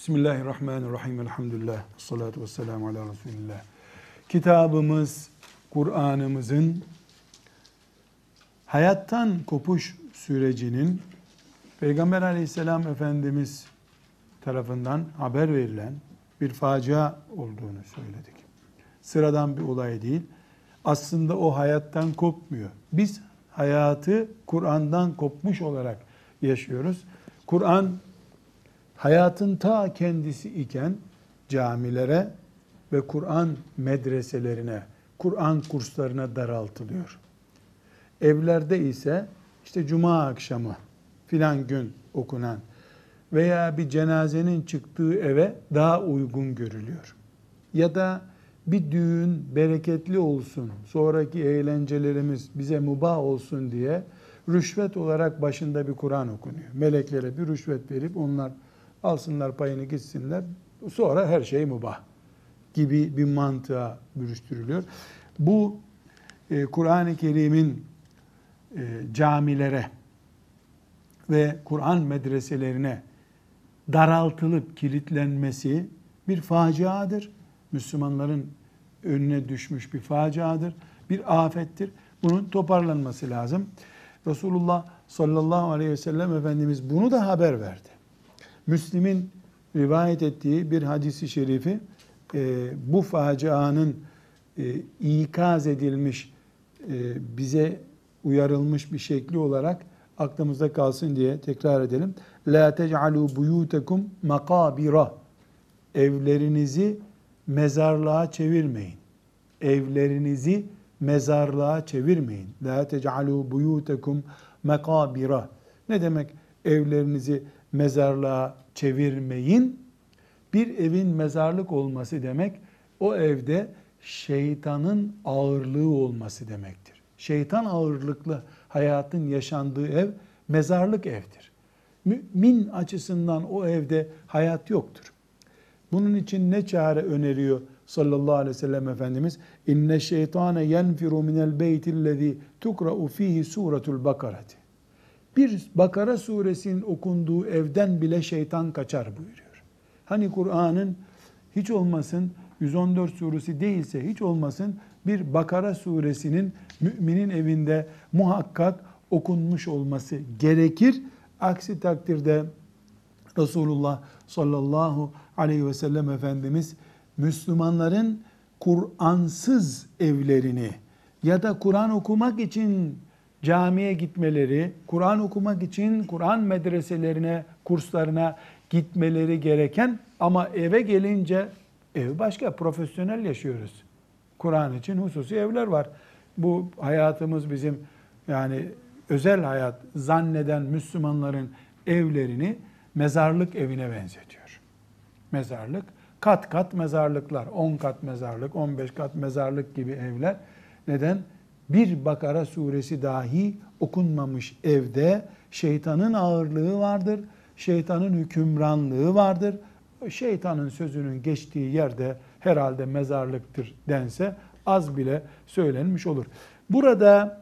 Bismillahirrahmanirrahim. Elhamdülillah. Esselatu vesselamu ala Resulillah. Kitabımız, Kur'an'ımızın hayattan kopuş sürecinin Peygamber aleyhisselam Efendimiz tarafından haber verilen bir facia olduğunu söyledik. Sıradan bir olay değil. Aslında o hayattan kopmuyor. Biz hayatı Kur'an'dan kopmuş olarak yaşıyoruz. Kur'an hayatın ta kendisi iken camilere ve Kur'an medreselerine, Kur'an kurslarına daraltılıyor. Evlerde ise işte cuma akşamı filan gün okunan veya bir cenazenin çıktığı eve daha uygun görülüyor. Ya da bir düğün bereketli olsun, sonraki eğlencelerimiz bize mübah olsun diye rüşvet olarak başında bir Kur'an okunuyor. Meleklere bir rüşvet verip onlar alsınlar payını gitsinler, sonra her şey mübah gibi bir mantığa bürüştürülüyor. Bu Kur'an-ı Kerim'in camilere ve Kur'an medreselerine daraltılıp kilitlenmesi bir faciadır. Müslümanların önüne düşmüş bir faciadır, bir afettir. Bunun toparlanması lazım. Resulullah sallallahu aleyhi ve sellem Efendimiz bunu da haber verdi. Müslim'in rivayet ettiği bir hadisi şerifi bu facianın ikaz edilmiş, bize uyarılmış bir şekli olarak aklımızda kalsın diye tekrar edelim. La tec'alû buyûtekum makâbira. Evlerinizi mezarlığa çevirmeyin. Evlerinizi mezarlığa çevirmeyin. La tec'alû buyûtekum makâbira. Ne demek evlerinizi mezarlığa çevirmeyin? Bir evin mezarlık olması demek, o evde şeytanın ağırlığı olması demektir. Şeytan ağırlıklı hayatın yaşandığı ev mezarlık evdir. Mümin açısından o evde hayat yoktur. Bunun için ne çare öneriyor sallallahu aleyhi ve sellem Efendimiz? İnne şeytane yenfiru minel beytillezî tukra'u fîhî sûretul bakarati. Bir Bakara suresinin okunduğu evden bile şeytan kaçar buyuruyor. Hani Kur'an'ın hiç olmasın 114 suresi değilse hiç olmasın bir Bakara suresinin müminin evinde muhakkak okunmuş olması gerekir. Aksi takdirde Resulullah sallallahu aleyhi ve sellem Efendimiz Müslümanların Kur'ansız evlerini ya da Kur'an okumak için camiye gitmeleri, Kur'an okumak için Kur'an medreselerine, kurslarına gitmeleri gereken ama eve gelince ev başka, profesyonel yaşıyoruz. Kur'an için hususi evler var. Bu hayatımız bizim yani özel hayat zanneden Müslümanların evlerini mezarlık evine benzetiyor. Mezarlık, kat kat mezarlıklar, 10 kat mezarlık, 15 kat mezarlık gibi evler. Neden? Bir Bakara suresi dahi okunmamış evde şeytanın ağırlığı vardır, şeytanın hükümranlığı vardır. Şeytanın sözünün geçtiği yerde herhalde mezarlıktır dense az bile söylenmiş olur. Burada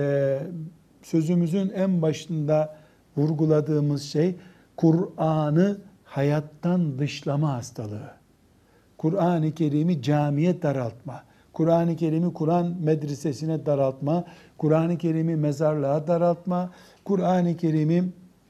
sözümüzün en başında vurguladığımız şey Kur'an'ı hayattan dışlama hastalığı. Kur'an-ı Kerim'i camiye daraltma, Kur'an-ı Kerim'i Kur'an medresesine daraltma, Kur'an-ı Kerim'i mezarlığa daraltma, Kur'an-ı Kerim'i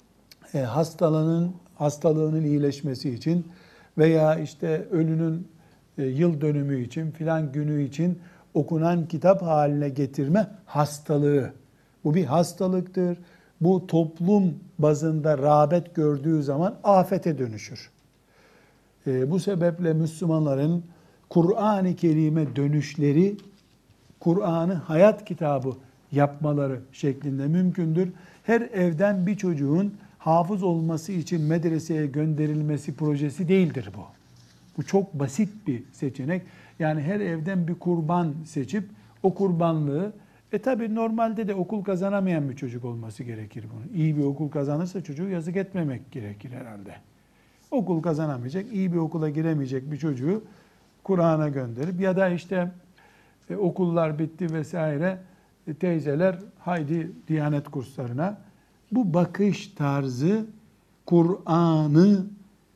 hastalığının iyileşmesi için veya işte ölünün yıl dönümü için filan günü için okunan kitap haline getirme hastalığı. Bu bir hastalıktır. Bu toplum bazında rağbet gördüğü zaman afete dönüşür. Bu sebeple Müslümanların Kur'an-ı Kerim'e dönüşleri, Kur'an'ı hayat kitabı yapmaları şeklinde mümkündür. Her evden bir çocuğun hafız olması için medreseye gönderilmesi projesi değildir bu. Bu çok basit bir seçenek. Yani her evden bir kurban seçip o kurbanlığı, tabi normalde de okul kazanamayan bir çocuk olması gerekir bunun. İyi bir okul kazanırsa çocuğu yazık etmemek gerekir herhalde. Okul kazanamayacak, iyi bir okula giremeyecek bir çocuğu Kur'an'a gönderip ya da işte okullar bitti vesaire teyzeler haydi Diyanet kurslarına. Bu bakış tarzı Kur'an'ı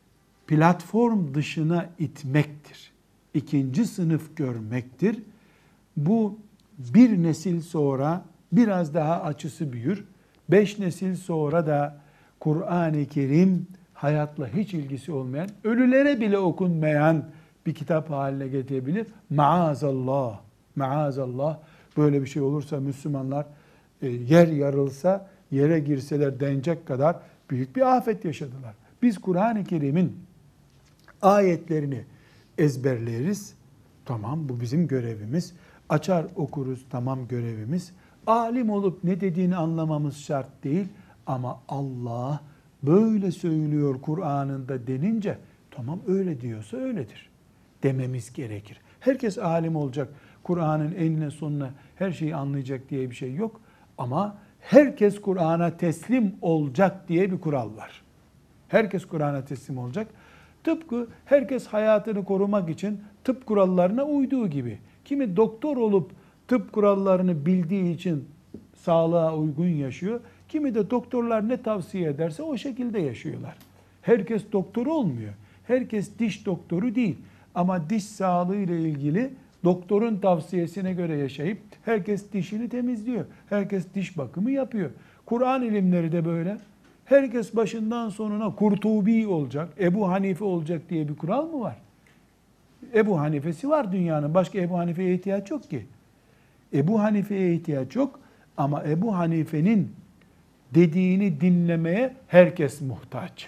platform dışına itmektir. İkinci sınıf görmektir. Bu bir nesil sonra biraz daha açısı büyür. 5 nesil sonra da Kur'an-ı Kerim hayatla hiç ilgisi olmayan, ölülere bile okunmayan bir kitap haline getirebilir. Maazallah, maazallah. Böyle bir şey olursa Müslümanlar yer yarılsa, yere girseler denecek kadar büyük bir afet yaşadılar. Biz Kur'an-ı Kerim'in ayetlerini ezberleriz. Tamam, bu bizim görevimiz. Açar okuruz, tamam, görevimiz. Alim olup ne dediğini anlamamız şart değil. Ama Allah böyle söylüyor Kur'an'ında denince, tamam öyle diyorsa öyledir dememiz gerekir. Herkes alim olacak, Kur'an'ın enine sonuna her şeyi anlayacak diye bir şey yok. Ama herkes Kur'an'a teslim olacak diye bir kural var. Herkes Kur'an'a teslim olacak. Tıpkı herkes hayatını korumak için tıp kurallarına uyduğu gibi. Kimi doktor olup tıp kurallarını bildiği için sağlığa uygun yaşıyor. Kimi de doktorlar ne tavsiye ederse o şekilde yaşıyorlar. Herkes doktor olmuyor. Herkes diş doktoru değil. Ama diş sağlığı ile ilgili doktorun tavsiyesine göre yaşayıp herkes dişini temizliyor. Herkes diş bakımı yapıyor. Kur'an ilimleri de böyle. Herkes başından sonuna Kurtubi olacak, Ebu Hanife olacak diye bir kural mı var? Ebu Hanife'si var dünyanın. Başka Ebu Hanife'ye ihtiyaç yok ki. Ebu Hanife'ye ihtiyaç yok ama Ebu Hanife'nin dediğini dinlemeye herkes muhtaç.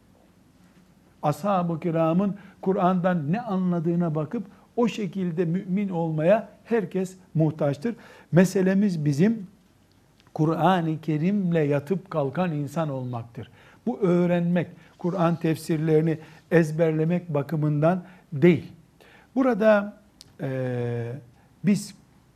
Ashab-ı kiramın Kur'an'dan ne anladığına bakıp o şekilde mümin olmaya herkes muhtaçtır. Meselemiz bizim Kur'an-ı Kerim'le yatıp kalkan insan olmaktır. Bu öğrenmek, Kur'an tefsirlerini ezberlemek bakımından değil. Burada biz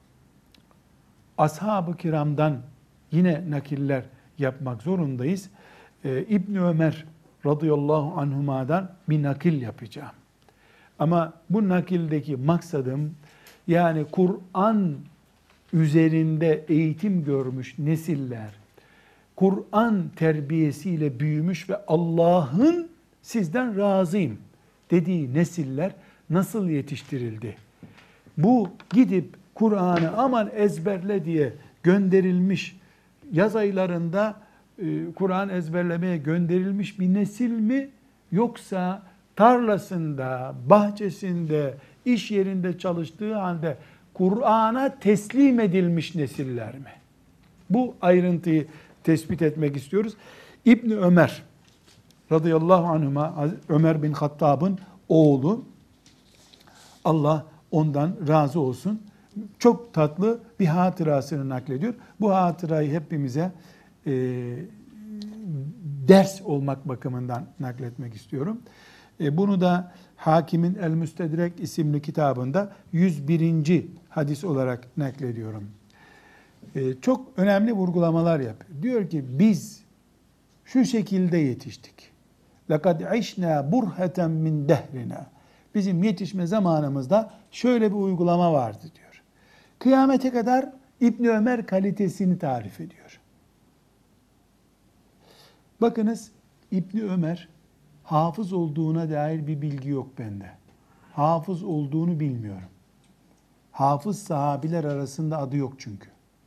ashab-ı kiramdan yine nakiller yapmak zorundayız. İbn Ömer radıyallahu anhuma'dan bir nakil yapacağım. Ama bu nakildeki maksadım, yani Kur'an üzerinde eğitim görmüş nesiller, Kur'an terbiyesiyle büyümüş ve Allah'ın sizden razıyım dediği nesiller nasıl yetiştirildi? Bu gidip Kur'an'ı aman ezberle diye gönderilmiş, yaz aylarında Kur'an ezberlemeye gönderilmiş bir nesil mi? Yoksa tarlasında, bahçesinde, iş yerinde çalıştığı halde Kur'an'a teslim edilmiş nesiller mi? Bu ayrıntıyı tespit etmek istiyoruz. İbn Ömer radıyallahu anhuma, Ömer bin Hattab'ın oğlu, Allah ondan razı olsun, çok tatlı bir hatırasını naklediyor. Bu hatırayı hepimize ders olmak bakımından nakletmek istiyorum. Bunu da Hakim'in El-Müstedrek isimli kitabında 101. hadis olarak naklediyorum. Çok önemli vurgulamalar yapıyor. Diyor ki biz şu şekilde yetiştik. لَقَدْ عِشْنَا بُرْهَةً مِنْ دَهْرِنَا. Bizim yetişme zamanımızda şöyle bir uygulama vardı diyor. Kıyamete kadar İbn Ömer kalitesini tarif ediyor. Bakınız, İbn Ömer hafız olduğuna dair bir bilgi yok bende. Hafız olduğunu bilmiyorum. Hafız sahabiler arasında adı yok çünkü.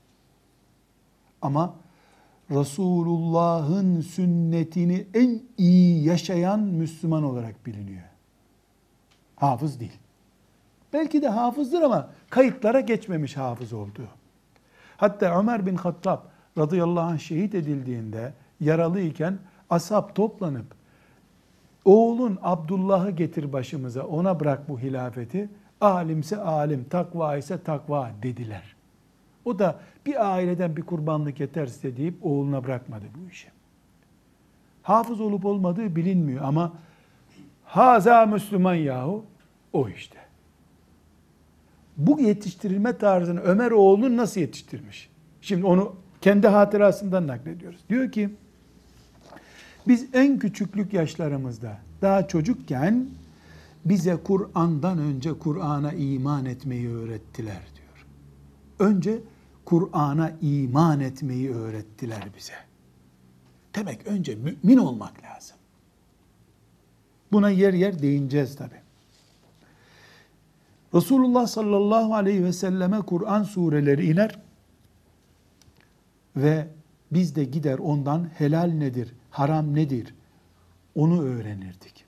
Ama Resulullah'ın sünnetini en iyi yaşayan Müslüman olarak biliniyor. Hafız değil. Belki de hafızdır ama kayıtlara geçmemiş hafız olduğu. Hatta Ömer bin Hattab radıyallahu anh şehit edildiğinde yaralıyken ashab toplanıp oğlun Abdullah'ı getir başımıza, ona bırak bu hilafeti, alimse alim, takva ise takva dediler. O da bir aileden bir kurbanlık yeterse deyip oğluna bırakmadı bu işi. Hafız olup olmadığı bilinmiyor ama haza Müslüman yahu, o işte. Bu yetiştirilme tarzını Ömer oğlunu nasıl yetiştirmiş? Şimdi onu kendi hatırasından naklediyoruz. Diyor ki, biz en küçüklük yaşlarımızda, daha çocukken bize Kur'an'dan önce Kur'an'a iman etmeyi öğrettiler diyor. Önce Kur'an'a iman etmeyi öğrettiler bize. Demek önce mümin olmak lazım. Buna yer yer değineceğiz tabi. Resulullah sallallahu aleyhi ve selleme Kur'an sureleri iner ve biz de gider ondan helal nedir, haram nedir onu öğrenirdik.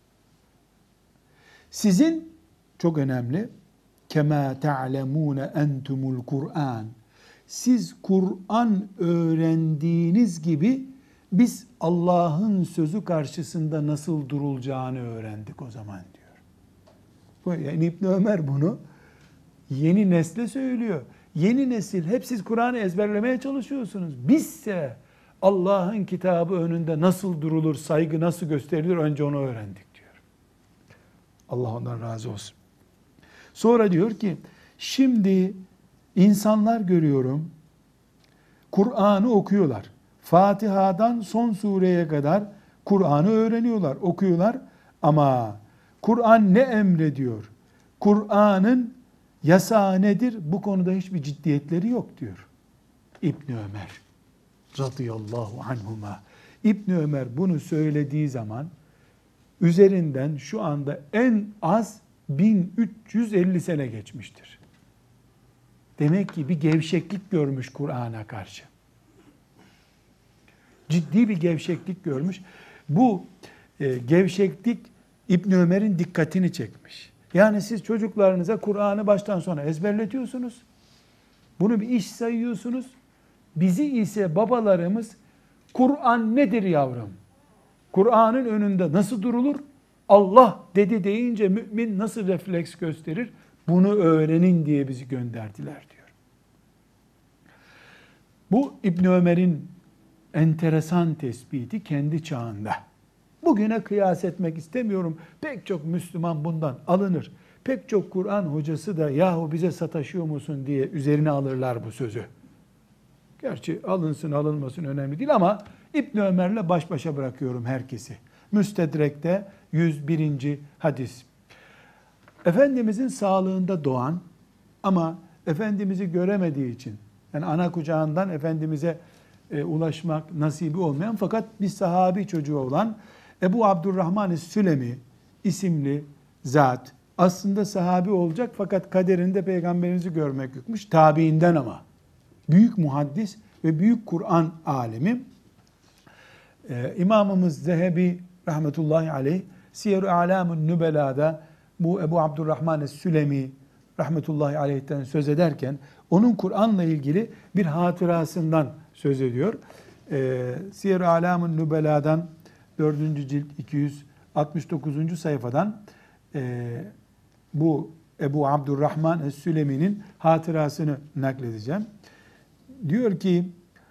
Sizin çok önemli kema ta'lemune entumul Kur'an. Siz Kur'an öğrendiğiniz gibi biz Allah'ın sözü karşısında nasıl durulacağını öğrendik o zaman diyor. Yani İbn Ömer bunu yeni nesle söylüyor. Yeni nesil hep siz Kur'an'ı ezberlemeye çalışıyorsunuz. Bizse Allah'ın kitabı önünde nasıl durulur, saygı nasıl gösterilir önce onu öğrendik diyor. Allah ondan razı olsun. Sonra diyor ki şimdi insanlar görüyorum Kur'an'ı okuyorlar. Fatiha'dan son sureye kadar Kur'an'ı öğreniyorlar, okuyorlar ama Kur'an ne emrediyor? Kur'an'ın yasağı nedir? Bu konuda hiçbir ciddiyetleri yok diyor İbn Ömer radıyallahu anhuma. İbn Ömer bunu söylediği zaman üzerinden şu anda en az 1350 sene geçmiştir. Demek ki bir gevşeklik görmüş Kur'an'a karşı. Ciddi bir gevşeklik görmüş. Bu gevşeklik İbn Ömer'in dikkatini çekmiş. Yani siz çocuklarınıza Kur'an'ı baştan sona ezberletiyorsunuz. Bunu bir iş sayıyorsunuz. Bizi ise babalarımız Kur'an nedir yavrum? Kur'an'ın önünde nasıl durulur? Allah dedi deyince mümin nasıl refleks gösterir? Bunu öğrenin diye bizi gönderdiler diyor. Bu İbn Ömer'in enteresan tespiti kendi çağında. Bugüne kıyas etmek istemiyorum. Pek çok Müslüman bundan alınır. Pek çok Kur'an hocası da yahu bize sataşıyor musun diye üzerine alırlar bu sözü. Gerçi alınsın alınmasın önemli değil ama İbn Ömer'le baş başa bırakıyorum herkesi. Müstedrek'te 101. hadis. Efendimizin sağlığında doğan ama Efendimiz'i göremediği için, yani ana kucağından Efendimiz'e ulaşmak nasibi olmayan fakat bir sahabi çocuğu olan Ebu Abdurrahman Sülemi isimli zat aslında sahabi olacak fakat kaderinde peygamberimizi görmek yokmuş. Tabiinden ama. Büyük muhaddis ve büyük Kur'an alimi. İmamımız Zehebi rahmetullahi aleyh Siyer-i A'lamun Nübela'da bu Ebu Abdurrahman Sülemi rahmetullahi aleyh'ten söz ederken onun Kur'an'la ilgili bir hatırasından söz ediyor. Siyer-i A'lamun Nübela'dan 4. cilt 269. sayfadan bu Ebu Abdurrahman Sülemi'nin hatırasını nakledeceğim. Diyor ki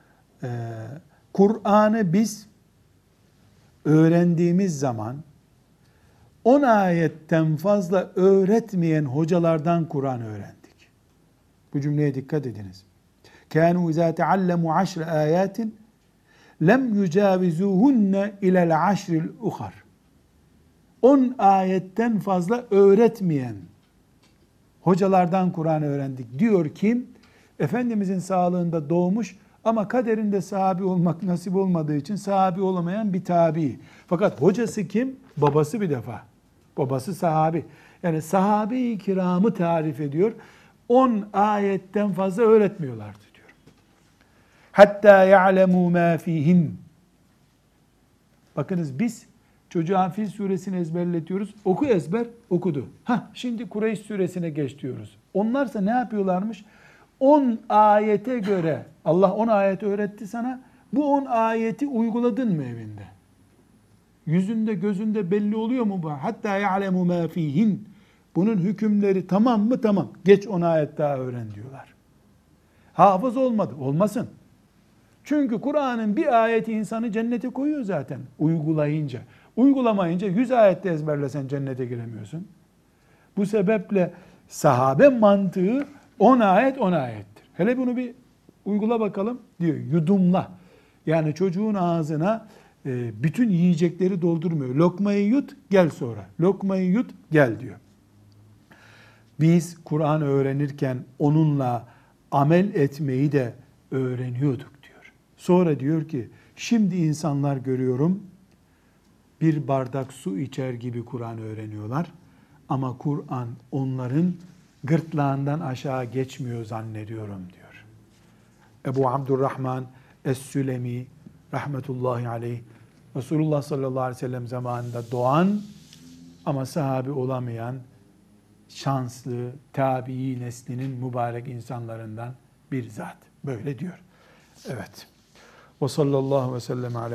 Kur'an'ı biz öğrendiğimiz zaman 10 ayetten fazla öğretmeyen hocalardan Kur'an öğrendik. Bu cümleye dikkat ediniz. Kânû izâ teallemu 10 âyâtin lem yücâvizuhunne ilel 10'il uhar. 10 ayetten fazla öğretmeyen hocalardan Kur'an öğrendik. Diyor kim? Efendimizin sağlığında doğmuş ama kaderinde sahabi olmak nasip olmadığı için sahabi olamayan bir tabi. Fakat hocası kim? Babası bir defa. Babası sahabi. Yani sahabe-i kiramı tarif ediyor. 10 ayetten fazla öğretmiyorlardı diyor. Hatta ya'lemu ma fihin. Bakınız biz çocuğa Fil suresini ezberletiyoruz. Oku ezber, okudu. Şimdi Kureyş suresine geç diyoruz. Onlarsa ne yapıyorlarmış? 10 ayete göre, Allah 10 ayet öğretti sana, bu 10 ayeti uyguladın mı evinde? Yüzünde gözünde belli oluyor mu bu? Hatta ya'lemu ma fihin. Bunun hükümleri tamam mı? Tamam. Geç 10 ayet daha öğren diyorlar. Hafız olmadı. Olmasın. Çünkü Kur'an'ın bir ayeti insanı cennete koyuyor zaten uygulayınca. Uygulamayınca 100 ayette ezberlesen cennete giremiyorsun. Bu sebeple sahabe mantığı 10 ayet 10 ayettir. Hele bunu bir uygula bakalım diyor. Yudumla. Yani çocuğun ağzına bütün yiyecekleri doldurmuyor. Lokmayı yut gel sonra. Lokmayı yut gel diyor. Biz Kur'an öğrenirken onunla amel etmeyi de öğreniyorduk diyor. Sonra diyor ki şimdi insanlar görüyorum bir bardak su içer gibi Kur'an öğreniyorlar. Ama Kur'an onların gırtlağından aşağı geçmiyor zannediyorum diyor. Ebu Abdurrahman Es-Sülemi rahmetullahi aleyh, Resulullah sallallahu aleyhi ve sellem zamanında doğan ama sahabi olamayan şanslı tabi'i neslinin mübarek insanlarından bir zat. Böyle diyor. Evet. Ve sallallahu ve sellem ala